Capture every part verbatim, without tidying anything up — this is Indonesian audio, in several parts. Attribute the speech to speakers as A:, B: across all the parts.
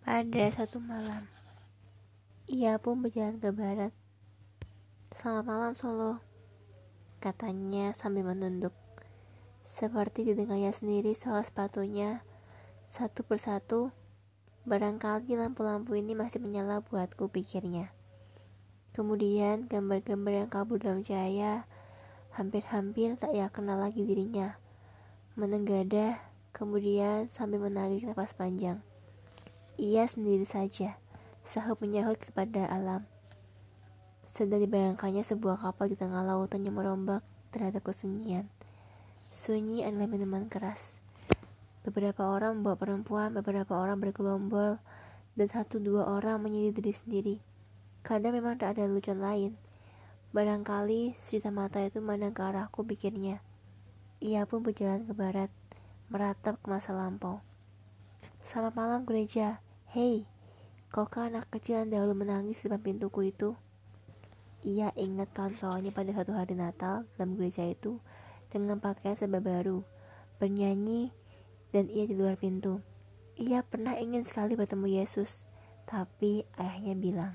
A: Ada satu malam, ia pun berjalan ke barat. "Selamat malam Solo," katanya sambil menunduk. Seperti didengarnya sendiri soal sepatunya satu persatu. Barangkali lampu-lampu ini masih menyala buatku, pikirnya. Kemudian gambar-gambar yang kabur dalam cahaya hampir-hampir tak ia kenal lagi dirinya menenggadah, kemudian sambil menarik nafas panjang. Ia sendiri saja, sahut menyahut kepada alam. Sedang dibayangkannya sebuah kapal di tengah lautan yang merombak terhadap kesunyian. Sunyi adalah minuman keras. Beberapa orang membawa perempuan, beberapa orang bergelombol, dan satu dua orang menyindir diri sendiri. Kadang memang tak ada lelucon lain. Barangkali sejuta mata itu memandang ke arahku, pikirnya. Ia pun berjalan ke barat, meratap ke masa lampau. "Selamat malam gereja. Hei, kau kan anak kecil yang dahulu menangis di depan pintuku itu?" Ia ingat kawan-kawannya pada satu hari Natal dalam gereja itu dengan pakaian serba baru, bernyanyi, dan ia di luar pintu. Ia pernah ingin sekali bertemu Yesus, tapi ayahnya bilang,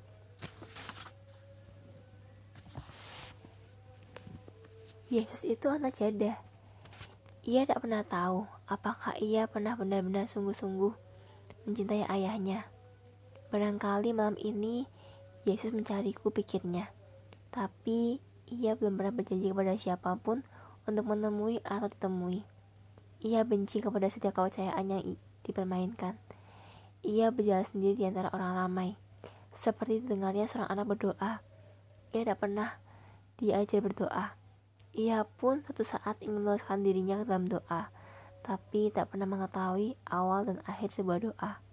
A: Yesus itu anak jadah. Ia tak pernah tahu apakah ia pernah benar-benar sungguh-sungguh mencintai ayahnya. Barangkali malam ini Yesus mencariku, pikirnya. Tapi ia belum pernah berjanji kepada siapapun untuk menemui atau ditemui. Ia benci kepada setiap kepercayaan yang dipermainkan. Ia berjalan sendiri di antara orang ramai. Seperti didengarnya seorang anak berdoa. Ia tak pernah diajar berdoa. Ia pun suatu saat ingin meluaskan dirinya ke dalam doa, tapi tak pernah mengetahui awal dan akhir sebuah doa.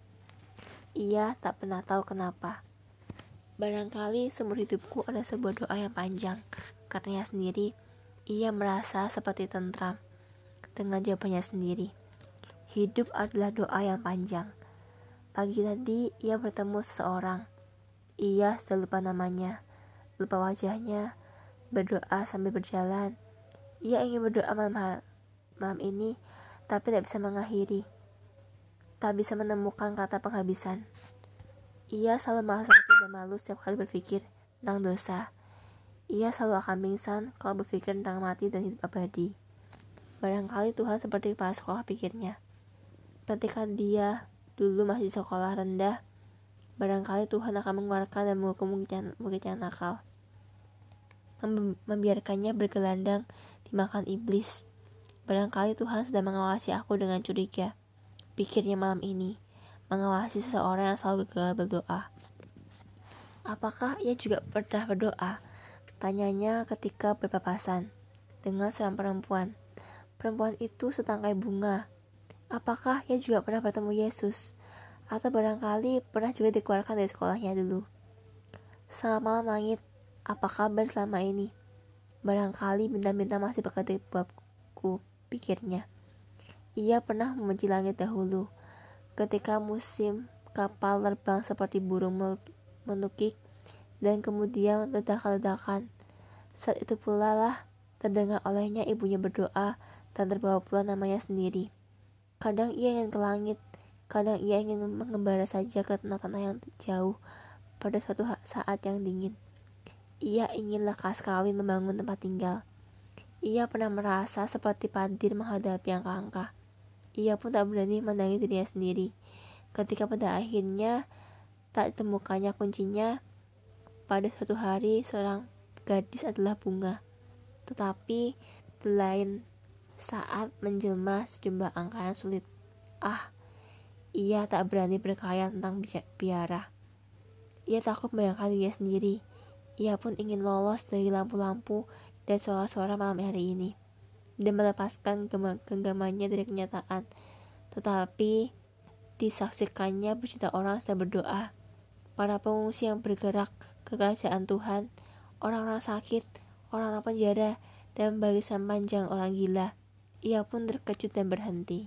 A: Ia tak pernah tahu kenapa. Barangkali seumur hidupku adalah sebuah doa yang panjang. Karena sendiri, ia merasa seperti tentram dengan jawabannya sendiri. Hidup adalah doa yang panjang. Pagi tadi ia bertemu seseorang. Ia sudah lupa namanya, lupa wajahnya, berdoa sambil berjalan. Ia ingin berdoa malam, malam ini, tapi tak bisa mengakhiri. Tak bisa menemukan kata penghabisan. Ia selalu merasa sakit dan malu setiap kali berpikir tentang dosa. Ia selalu akan pingsan kalau berpikir tentang mati dan hidup abadi. Barangkali Tuhan seperti kepala sekolah, pikirnya. Ketika dia dulu masih di sekolah rendah, barangkali Tuhan akan mengeluarkan dan menghukum murid yang nakal, Mem- membiarkannya bergelandang dimakan iblis. Barangkali Tuhan sedang mengawasi aku dengan curiga, pikirnya malam ini, mengawasi seseorang yang selalu gagal berdoa. Apakah ia juga pernah berdoa? Tanyanya ketika berpapasan dengan seorang perempuan. Perempuan itu setangkai bunga. Apakah ia juga pernah bertemu Yesus? Atau barangkali pernah juga dikeluarkan dari sekolahnya dulu. "Selamat malam langit, apa kabar selama ini?" Barangkali bintang-bintang masih bekerja buatku, pikirnya. Ia pernah membenci langit dahulu, ketika musim kapal terbang seperti burung menukik, dan kemudian ledakan-ledakan. Saat itu pula lah terdengar olehnya ibunya berdoa, dan terbawa pula namanya sendiri. Kadang ia ingin ke langit, kadang ia ingin mengembara saja ke tanah-tanah yang jauh pada suatu saat yang dingin. Ia ingin lekas kawin membangun tempat tinggal. Ia pernah merasa seperti padir menghadapi angka-angka. Ia pun tak berani mendangi dirinya sendiri. Ketika pada akhirnya tak ditemukannya kuncinya, pada suatu hari seorang gadis adalah bunga. Tetapi di lain saat menjelma sejumlah angka yang sulit. Ah, ia tak berani berkaya tentang biara. Ia takut membayangkan dirinya sendiri. Ia pun ingin lolos dari lampu-lampu dan suara-suara malam hari ini, dan melepaskan genggamannya dari kenyataan. Tetapi disaksikannya berjuta orang sedang berdoa. Para pengungsi yang bergerak ke kerajaan Tuhan, orang-orang sakit, orang-orang penjara, dan barisan panjang orang gila. Ia pun terkejut dan berhenti.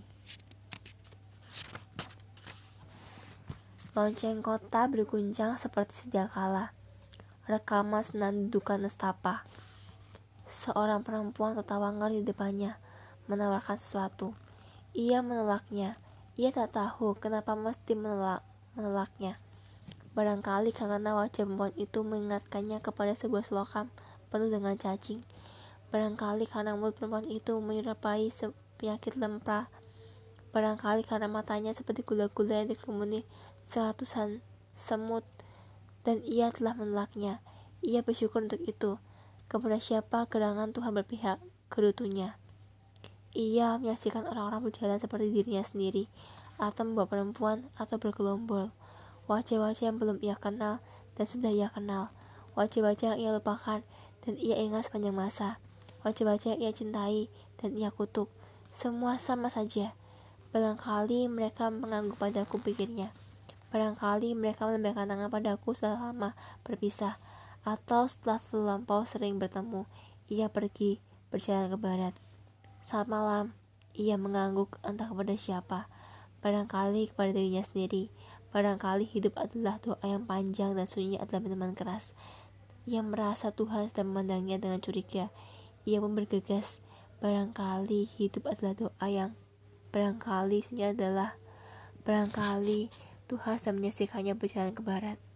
A: Lonceng kota berguncang seperti sedia kala. Rekaman senang dudukan nestapa. Seorang perempuan tertawa ngeri di depannya, menawarkan sesuatu. Ia menolaknya. Ia tak tahu kenapa mesti menolak. menolaknya. Barangkali karena wajah perempuan itu mengingatkannya kepada sebuah selokam penuh dengan cacing. Barangkali karena mulut perempuan itu menyerupai penyakit lempar. Barangkali karena matanya seperti gula-gula yang dikerumuni seratusan semut, dan ia telah menolaknya. Ia bersyukur untuk itu. Kepada siapa gerangan Tuhan berpihak? Gerutunya. Ia menyaksikan orang-orang berjalan seperti dirinya sendiri, atau membawa perempuan, atau bergelombol. Wajah-wajah yang belum ia kenal dan sudah ia kenal. Wajah-wajah yang ia lupakan dan ia ingat sepanjang masa. Wajah-wajah yang ia cintai dan ia kutuk. Semua sama saja. Barangkali mereka mengangguk padaku, pikirnya. Barangkali mereka melambaikan tangan padaku setelah lama berpisah, atau setelah terlampau sering bertemu. Ia pergi, berjalan ke barat. Saat malam, ia mengangguk entah kepada siapa. Barangkali kepada dirinya sendiri. Barangkali hidup adalah doa yang panjang dan sunyi adalah minuman keras. Ia merasa Tuhan sedang memandangnya dengan curiga. Ia pun bergegas. Barangkali hidup adalah doa yang barangkali sunyi adalah barangkali Tuhan sedang menyaksikannya berjalan ke barat.